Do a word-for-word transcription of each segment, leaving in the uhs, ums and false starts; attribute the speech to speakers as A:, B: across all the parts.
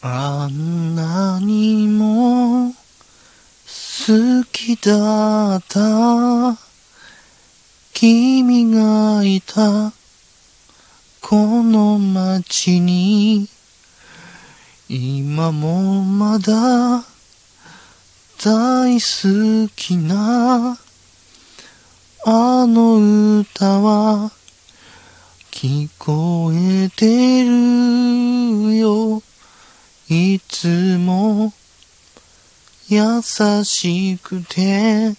A: あんなにも好きだった君がいたこの街に今もまだ大好きなあの歌は聞こえてるよ。いつも優しくて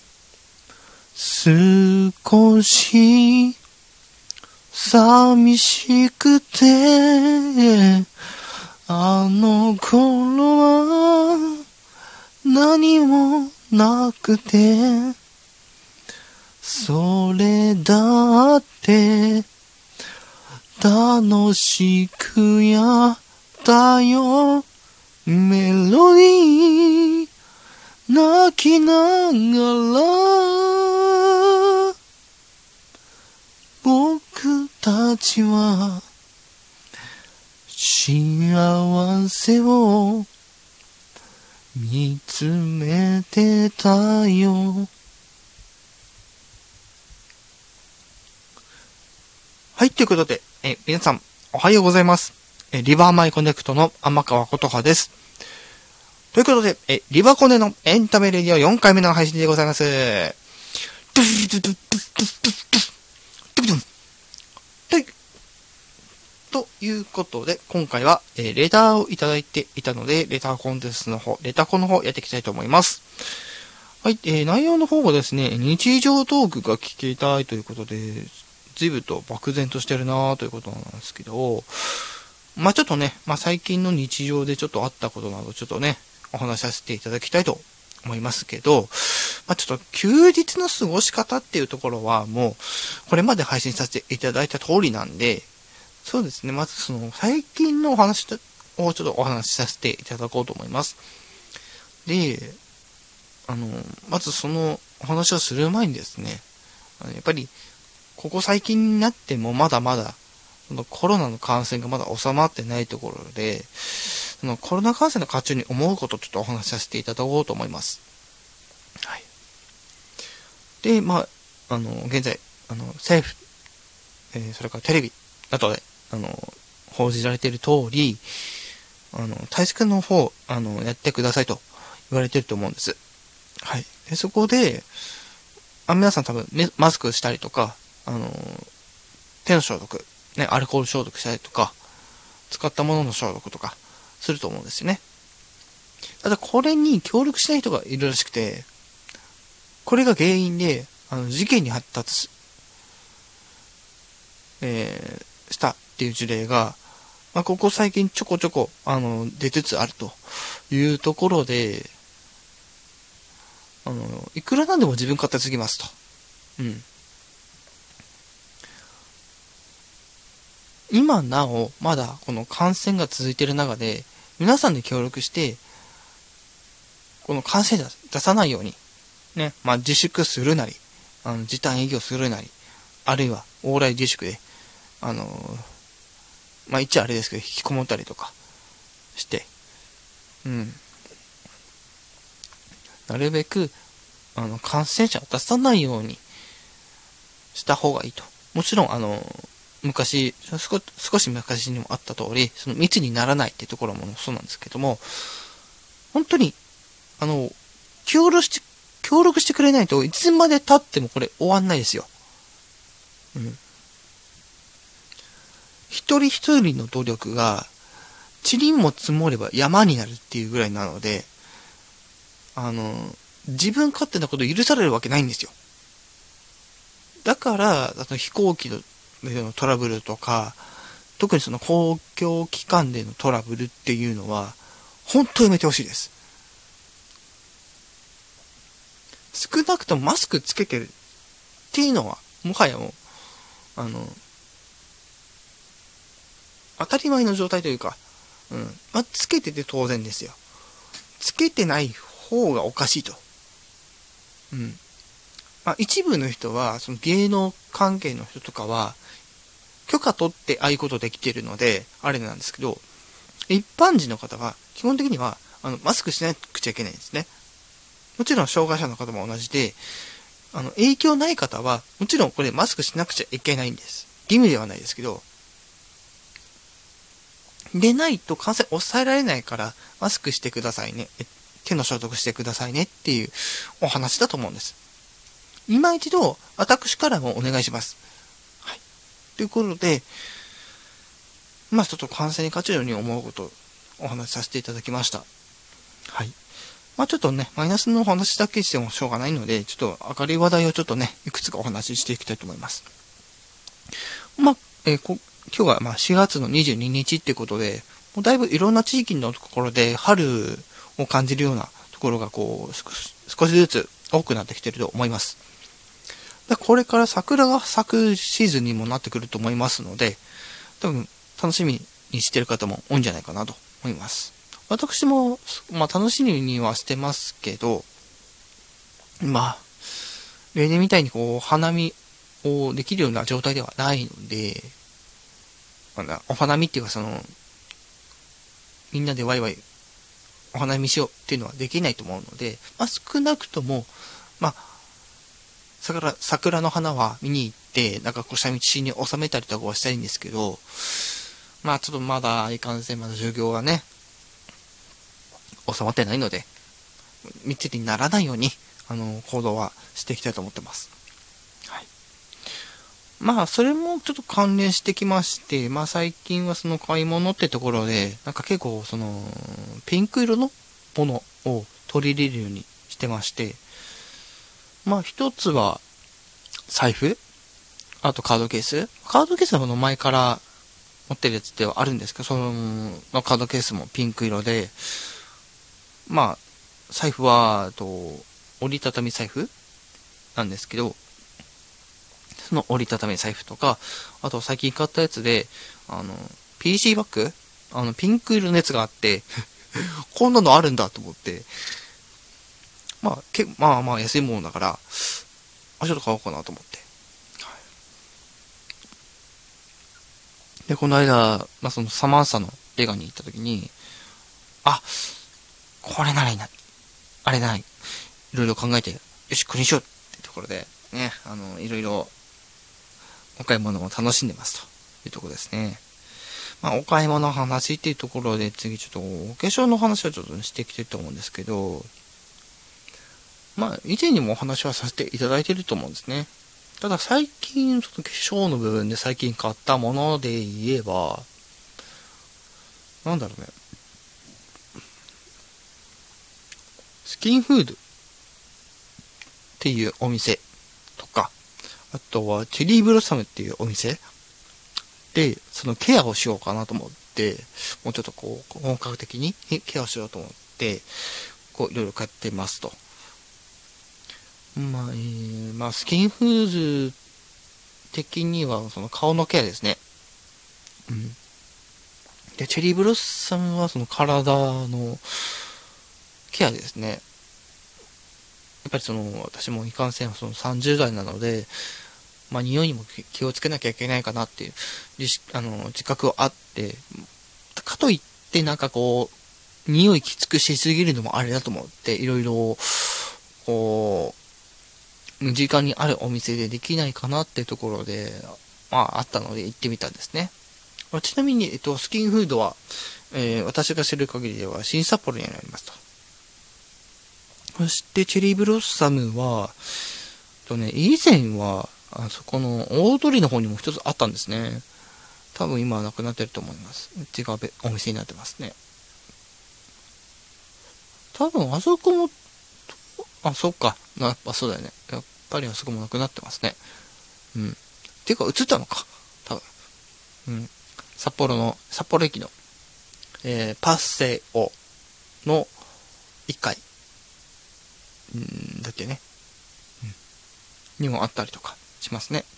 A: 少し寂しくてあの頃は何もなくてそれだって楽しくやったよ。メロディー泣きながら僕たちは幸せを見つめてたよ。はい、ということで、え皆さんおはようございます。えリバーマイコネクトの天川琴葉です。ということで、えリバコネのエンタメレディオよんかいめの配信でございます。ということで、今回は、えー、レターをいただいていたので、レターコンテンツの方、レタコの方やっていきたいと思います。はい、えー、内容の方はですね、日常トークが聞きたいということで、随分と漠然としてるなーということなんですけど、まあちょっとね、まあ最近の日常でちょっとあったことなど、ちょっとね、お話しさせていただきたいと思いますけど、まあちょっと休日の過ごし方っていうところはもう、これまで配信させていただいた通りなんで、そうですね、まずその最近のお話をちょっとお話しさせていただこうと思います。で、あの、まずそのお話をする前にですね、やっぱり、ここ最近になってもまだまだそのコロナの感染がまだ収まってないところで、そのコロナ感染の渦中に思うことをちょっとお話しさせていただこうと思います。はい。で、まあ、あの、現在、あの、政府、えー、それからテレビなどで、あの、報じられている通り、あの、対策の方、あの、やってくださいと言われていると思うんです。はい。で、そこで、あ、皆さん多分、マスクしたりとか、あの、手の消毒、ね、アルコール消毒したりとか、使ったものの消毒とか、すると思うんですよね。ただ、これに協力しない人がいるらしくて、これが原因で、あの、事件に発達し、えー、したっていう事例が、まあ、ここ最近ちょこちょこ、あの、出つつあるというところで、あの、いくらなんでも自分勝手すぎますと。うん。今なお、まだこの感染が続いている中で、皆さんで協力して、この感染者出さないように、ね、まあ自粛するなり、あの時短営業するなり、あるいは往来自粛で、あのー、まあ一応あれですけど、引きこもったりとかして、うん。なるべく、あの、感染者を出さないようにした方がいいと。もちろん、あのー、昔少、少し昔にもあった通り、その密にならないっていうところもそうなんですけども、本当に、あの、協力して、協力してくれないといつまで経ってもこれ終わんないですよ。うん。一人一人の努力が、塵も積もれば山になるっていうぐらいなので、あの、自分勝手なことを許されるわけないんですよ。だから、あの飛行機ののトラブルとか、特にその公共機関でのトラブルっていうのは、本当にやめてほしいです。少なくともマスクつけてるっていうのは、もはやもう、あの、当たり前の状態というか、うん。まあ、つけてて当然ですよ。つけてない方がおかしいと。うん。まあ、一部の人は、その芸能関係の人とかは、許可取ってああいうことできてるので、あれなんですけど、 一般人の方は、基本的には、あの、マスクしなくちゃいけないんですね。もちろん、障害者の方も同じで、あの、影響ない方は、もちろんこれマスクしなくちゃいけないんです。義務ではないですけど、でないと感染抑えられないから、マスクしてくださいね。手の消毒してくださいねっていうお話だと思うんです。今一度、私からもお願いします。はい。ということで、まあちょっと感染に勝つように思うことをお話しさせていただきました。はい。まあちょっとね、マイナスのお話だけしてもしょうがないので、ちょっと明るい話題をちょっとね、いくつかお話ししていきたいと思います。まあ、えー、こ今日はまあしがつのにじゅうににちってことで、もうだいぶいろんな地域のところで春を感じるようなところがこう、少しずつ多くなってきていると思います。これから桜が咲くシーズンにもなってくると思いますので、多分楽しみにしている方も多いんじゃないかなと思います。私も、まあ楽しみにはしてますけど、まあ、例年みたいにこう、花見をできるような状態ではないので、まだお花見っていうかその、みんなでワイワイお花見しようっていうのはできないと思うので、まあ少なくとも、まあ、桜、桜の花は見に行って、なんかこう下道に収めたりとかはしたいんですけど、まあちょっとまだいかんせんまだ授業がね、収まってないので、密にならないように、あの、行動はしていきたいと思ってます。はい。まあ、それもちょっと関連してきまして、まあ最近はその買い物ってところで、なんか結構その、ピンク色のものを取り入れるようにしてまして、まあ一つは、財布、あとカードケース。カードケースはこの前から持ってるやつではあるんですけど、そのカードケースもピンク色で、まあ、財布は、と、折りたたみ財布なんですけど、その折りたたみ財布とか、あと最近買ったやつで、あの、ピーシー バッグあの、ピンク色のやつがあって、こんなのあるんだと思って、まあ、けまあまあ安いものだから、あ、ちょっと買おうかなと思って。はい、で、この間、まあそのサマンサの映画に行った時に、あ、これならいいな。あれならいい。いろいろ考えて、よし、これにしようってところで、ね、あの、いろいろ、お買い物を楽しんでますというところですね。まあ、お買い物の話っていうところで、次ちょっと、お化粧の話をちょっとしていきたいと思うんですけど、まあ、以前にもお話はさせていただいていると思うんですね。ただ最近、その化粧の部分で最近買ったもので言えば、なんだろうね。スキンフードっていうお店とか、あとはチェリーブロッサムっていうお店で、そのケアをしようかなと思って、もうちょっとこう、本格的にケアをしようと思って、こう、いろいろ買ってますと。まあ、えー、まあ、スキンフーズ的には、その顔のケアですね。うん。で、チェリーブロッサムはその体のケアですね。やっぱりその、私もいかんせんそのさんじゅうだいなので、まあ、匂いにも気をつけなきゃいけないかなっていう、あの、自覚はあって、かといって、なんかこう、匂いきつくしすぎるのもあれだと思って、いろいろ、こう、身近にあるお店でできないかなっていうところで、まあ、あったので行ってみたんですね。ちなみに、えっと、スキンフードは、えー、私が知る限りでは、新札幌にありますと。そして、チェリーブロッサムは、とね、以前は、あそこの大通りの方にも一つあったんですね。多分今はなくなってると思います。違うお店になってますね。多分あそこも、あ、そっか。やっぱそうだよね。やっぱりあそこもなくなってますね。うん。ていうか映ったのか。多分。うん。札幌の、札幌駅の、えー、パッセオのいっかい。うんだっけね。うん。にもあったりとかしますね。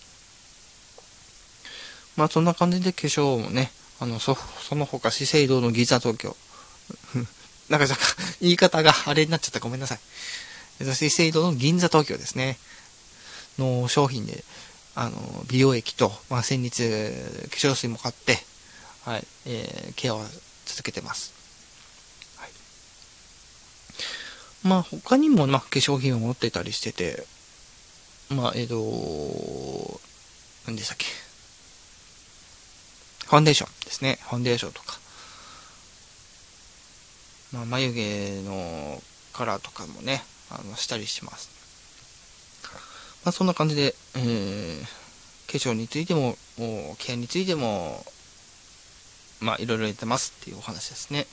A: まあそんな感じで化粧もね、あの、そ、その他資生堂の銀座東京。なんか若干言い方があれになっちゃった。ごめんなさい。資生堂の銀座東京ですね。の商品で、あの、美容液と、まあ先日、化粧水も買って、はい、えー、ケアは続けてます。はい。まあ他にも、まあ、化粧品を持ってたりしてて、まあ、えっ、ー、と、何でしたっけ。ファンデーションですね。ファンデーションとか。まあ、眉毛のカラーとかもね、あの、したりします。まあ、そんな感じで、えー、化粧についても、ケアについても、まあ、いろいろやってますっていうお話ですね。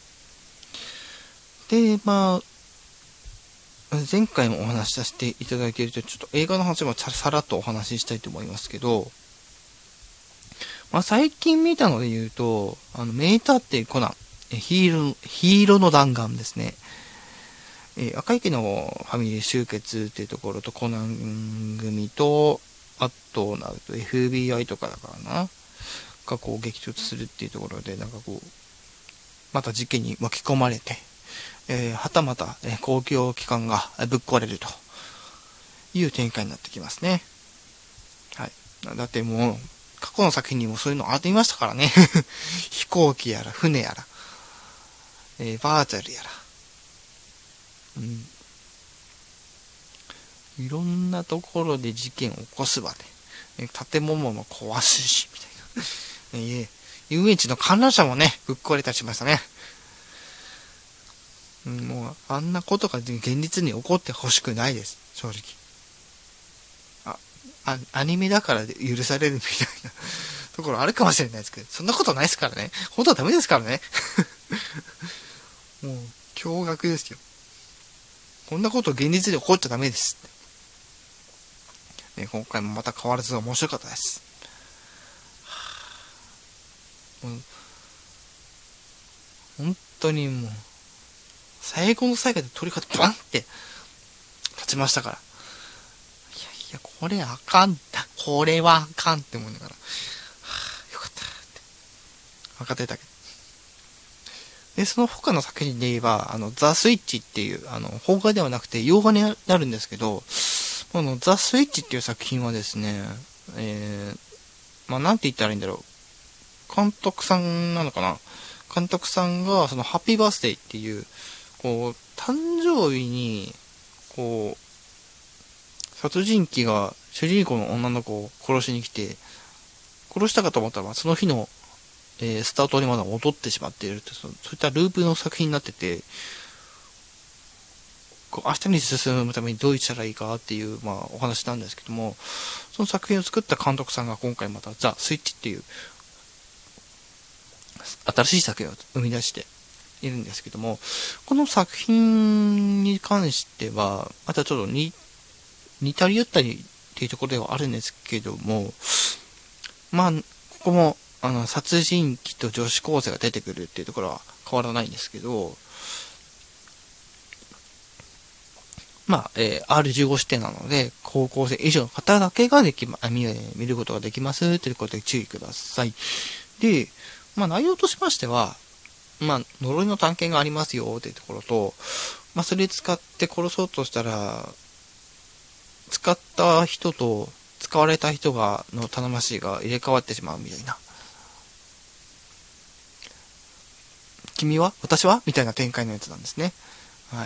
A: で、まあ、前回もお話しさせていただけると、ちょっと映画の話もさらっとお話ししたいと思いますけど、まあ、最近見たので言うと、あの、名探偵コナン、ヒーロー、ヒーローの弾丸ですね。えー、赤池のファミリー集結っていうところと、コナン組と、あと、なると エフビーアイ とかだからな、がこう激突するっていうところで、なんかこう、また事件に巻き込まれて、えー、はたまた、えー、公共機関がぶっ壊れるという展開になってきますね。はい。だってもう、過去の作品にもそういうのあっていましたからね。飛行機やら、船やら、えー、バーチャルやら。うん。いろんなところで事件を起こすわで、ね、建物も壊すし、みたいな。えー、遊園地の観覧車もね、ぶっ壊れたりしましたね。うん、もう、あんなことが現実に起こってほしくないです、正直。あ、あアニメだからで許されるみたいなところあるかもしれないですけど、そんなことないですからね。本当はダメですからね。もう、驚愕ですよ。こんなこと現実で起こっちゃダメです。ね、今回もまた変わらず面白かったです。もう本当にもう、最後の最後で鳥がバンって立ちましたから。いやいや、これあかんだ。これはあかんって思いながら。はぁ、よかったって。分かってたけど。で、その他の作品で言えば、あの、ザ・スイッチっていう、あの、邦画ではなくて洋画になるんですけど、このザ・スイッチっていう作品はですね、えー、まあ、なんて言ったらいいんだろう。監督さんなのかな、監督さんが、その、ハッピーバースデーっていう、こう、誕生日に、こう、殺人鬼が主人公の女の子を殺しに来て、殺したかと思ったら、その日の、えー、スタートにまだ戻ってしまっているって、そういったループの作品になってて、こう明日に進むためにどうしたらいいかっていう、まあ、お話なんですけども、その作品を作った監督さんが今回またザ・スイッチっていう新しい作品を生み出しているんですけども、この作品に関してはまたちょっと似似たり寄ったりっていうところではあるんですけども、まあここもあの殺人鬼と女子高生が出てくるっていうところは変わらないんですけど、まあ、えー、アールじゅうご 指定なので、高校生以上の方だけができま、見、見ることができますということで注意ください。で、まあ内容としましては、まあ呪いの探検がありますよというところと、まあそれ使って殺そうとしたら、使った人と使われた人が、の魂が入れ替わってしまうみたいな。君は私はみたいな展開のやつなんですね。はい。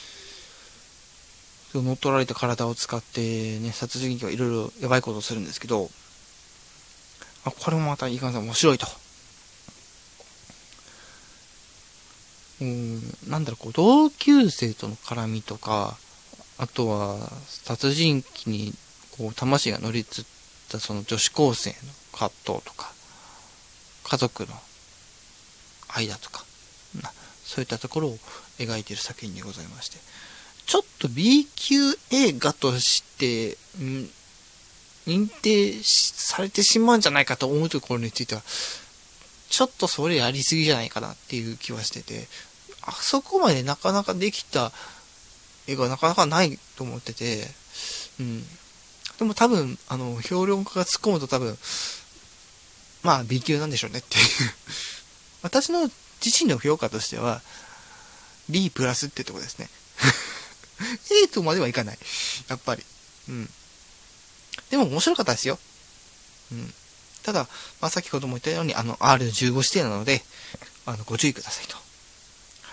A: 乗っ取られた体を使ってね、殺人鬼はいろいろやばいことをするんですけど、あ、これもまたいかんせん面白いと。うーん、なんだろう、こう、同級生との絡みとか、あとは、殺人鬼に、こう、魂が乗り移ったその女子高生の葛藤とか、家族の間とか、そういったところを描いている作品でございまして、ちょっと B 級映画として、ん認定されてしまうんじゃないかと思うところについては、ちょっとそれやりすぎじゃないかなっていう気はしてて、あそこまでなかなかできた映画なかなかないと思ってて、うん。でも多分、あの、評論家が突っ込むと多分、まあ B 級なんでしょうねっていう私の自身の評価としては、B プラスってとこですね。A とまではいかない。やっぱり。うん。でも面白かったですよ。うん。ただ、まあ、先ほども言ったように、あの、アールじゅうご 指定なので、 あのご注意くださいと。はい、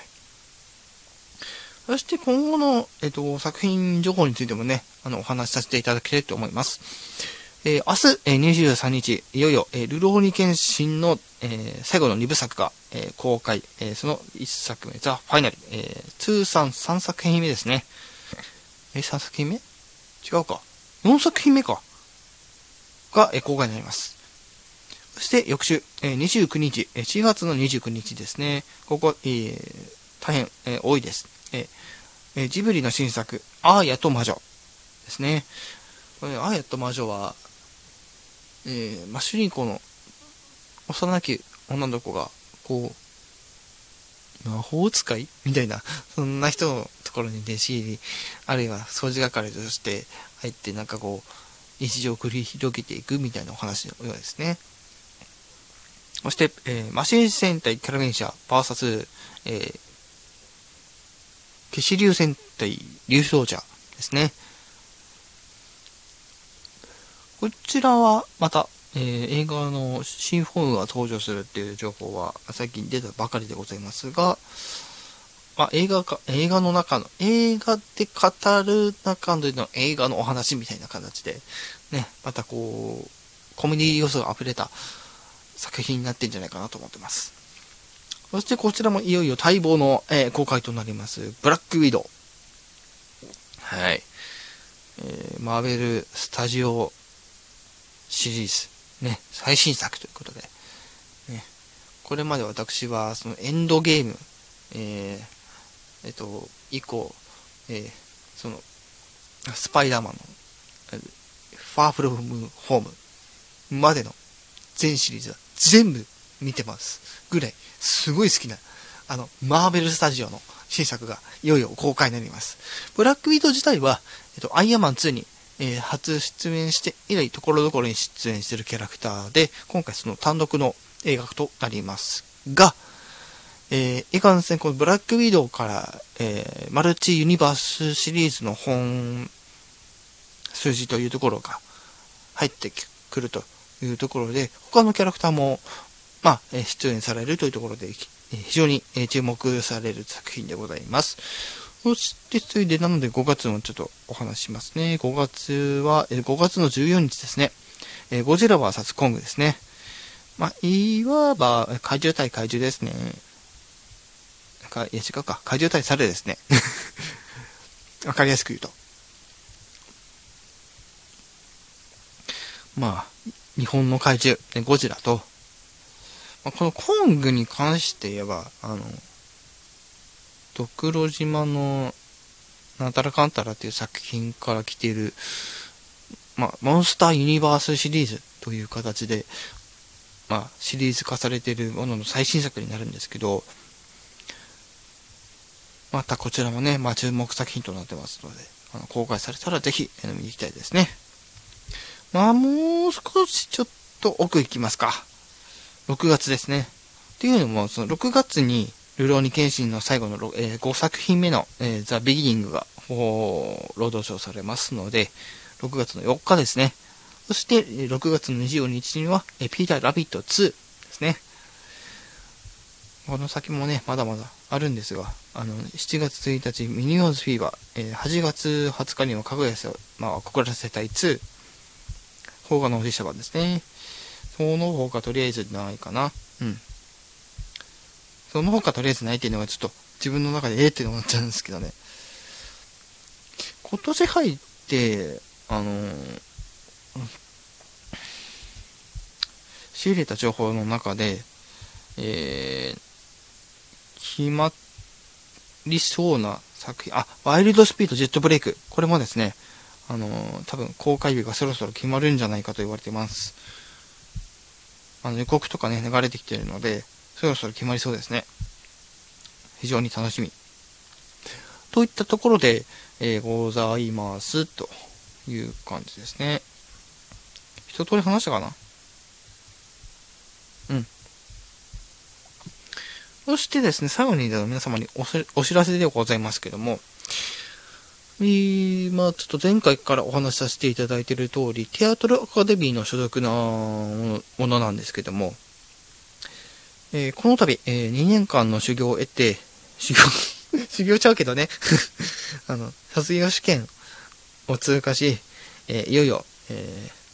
A: そして今後の、えっと、作品情報についてもね、あのお話しさせていただきたいと思います。えー、明日、えー、にじゅうさんにち、いよいよ、えー、ルローニケンシンの、えー、最後のにぶさくが、えー、公開、えー、そのいっさくめ、ザ・ファイナル、えー、通算さんさく品目ですね。えー、さんさく品目違うか。よんさく品目か。が、えー、公開になります。そして翌週、えー、にじゅうくにち、えー、しがつのにじゅうくにちですね。ここ、えー、大変、えー、多いです。えー、ジブリの新作、アーヤと魔女ですね。これ、アーヤと魔女は、えー、まあ、主人公の幼き女の子が、こう、魔法使いみたいな、そんな人のところに弟子入り、あるいは掃除係として入って、なんかこう、日常を繰り広げていくみたいなお話のようですね。そして、えー、マシン戦隊キャラメン社 ブイエス、えー、消し竜戦隊竜奏者ですね。こちらはまた、えー、映画の新フォームが登場するっていう情報は最近出たばかりでございますが、まあ、映画か、映画の中の、映画で語る中での映画のお話みたいな形で、ね、またこう、コメディ要素が溢れた作品になってんじゃないかなと思ってます。そしてこちらもいよいよ待望の、えー、公開となります、ブラックウィドウ。はい。えー、マーベルスタジオシリーズ、ね、最新作ということで、ね、これまで私は、そのエンドゲーム、えー、えっと、以降、えー、その、スパイダーマンの、ファーフロムホームまでの全シリーズは全部見てますぐらい、すごい好きな、あの、マーベルスタジオの新作がいよいよ公開になります。ブラックウィドウ自体は、えっと、アイアンマンツーに、えー、初出演して以来、ところどころに出演しているキャラクターで、今回その単独の映画となりますが、えー、いかんせんこのブラックウィドウから、えー、マルチユニバースシリーズの本数字というところが入ってくるというところで、他のキャラクターも、まあ、出演されるというところで、非常に注目される作品でございます。そして、ついでなのでごがつもちょっとお話しますね。ごがつは、ごがつのじゅうよっかですね。ゴジラ ブイエス コングですね。まあ、いわば、怪獣対怪獣ですね。か、いや違うか。怪獣対猿ですね。わかりやすく言うと。まあ、日本の怪獣、ゴジラと、まあ、このコングに関して言えば、あの、ドクロ島のなんたらかんたらっていう作品から来ている、まあ、モンスターユニバースシリーズという形で、まあ、シリーズ化されているものの最新作になるんですけど、またこちらもね、まあ、注目作品となってますので、あの公開されたらぜひ見に行きたいですね。まあ、もう少しちょっと奥行きますか。ろくがつですね。っていうのも、そのろくがつに、ルローニケンシンの最後の、えー、ごさく品目の、えー、ザ・ビギニングが労働賞されますので、ろくがつのよっかですね。そして、ろくがつのにじゅうごにちには、えー、ピーター・ラビットツーですね。この先もね、まだまだあるんですが、あの、しちがつついたち、ミニオンズフィーバー、えー、はちがつはつかには、かぐやせ、まあ、告らせたいツー、邦画の実写版ですね。その方がとりあえずないかな。うん。その他とりあえずないっていうのがちょっと自分の中でええって思っちゃうんですけどね。今年入って、あのー、仕入れた情報の中で、えー、決まりそうな作品、あ、ワイルドスピードジェットブレイク。これもですね、あのー、多分公開日がそろそろ決まるんじゃないかと言われています。あの予告とかね、流れてきているので、そろそろ決まりそうですね。非常に楽しみ。といったところで、えー、ございますという感じですね。一通り話したかな？うん。そしてですね、最後に皆様に お, お知らせでございますけども、えー、まあちょっと前回からお話しさせていただいている通り、テアトルアカデミーの所属なものなんですけども、 えー、この度、えー、にねんかんの修行を得て、修行、修行ちゃうけどね、あの、卒業試験を通過し、えー、いよいよ、えー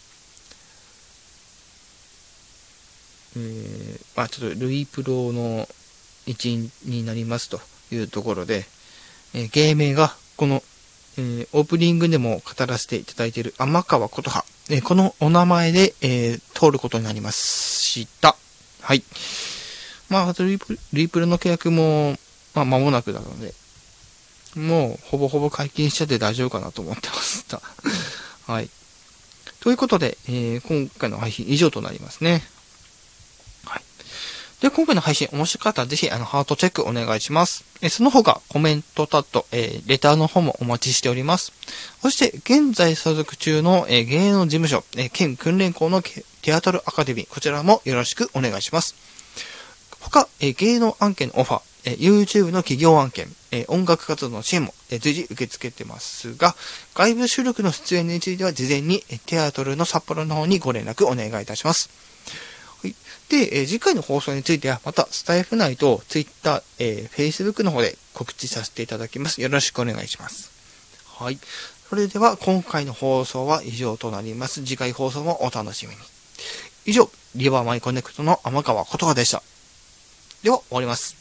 A: えー、まあちょっとルイプロの一員になりますというところで、えー、芸名がこの、えー、オープニングでも語らせていただいている天川琴葉、えー、このお名前で、えー、通ることになりました。はい。まあルイプ、ルイプロの契約も、まあ間もなくなので、もうほぼほぼ解禁しちゃって大丈夫かなと思ってました。はい。ということで、えー、今回の配信以上となりますね。はい。で、今回の配信面白かったらぜひ、あの、ハートチェックお願いします。えその他、コメントタット、えー、レターの方もお待ちしております。そして、現在所属中の、えー、芸能事務所、えー、県訓練校のテアトルアカデミー、こちらもよろしくお願いします。他、えー、芸能案件のオファー、えー、YouTube の企業案件、えー、音楽活動の支援も、えー、随時受け付けてますが、外部収録の出演については事前に、えー、テアトルの札幌の方にご連絡お願いいたします。はい。で、えー、次回の放送については、また、スタイフ内と Twitter、えー、Facebook の方で告知させていただきます。よろしくお願いします。はい。それでは、今回の放送は以上となります。次回放送もお楽しみに。以上、リバーマイコネクトの天川琴葉でした。では、終わります。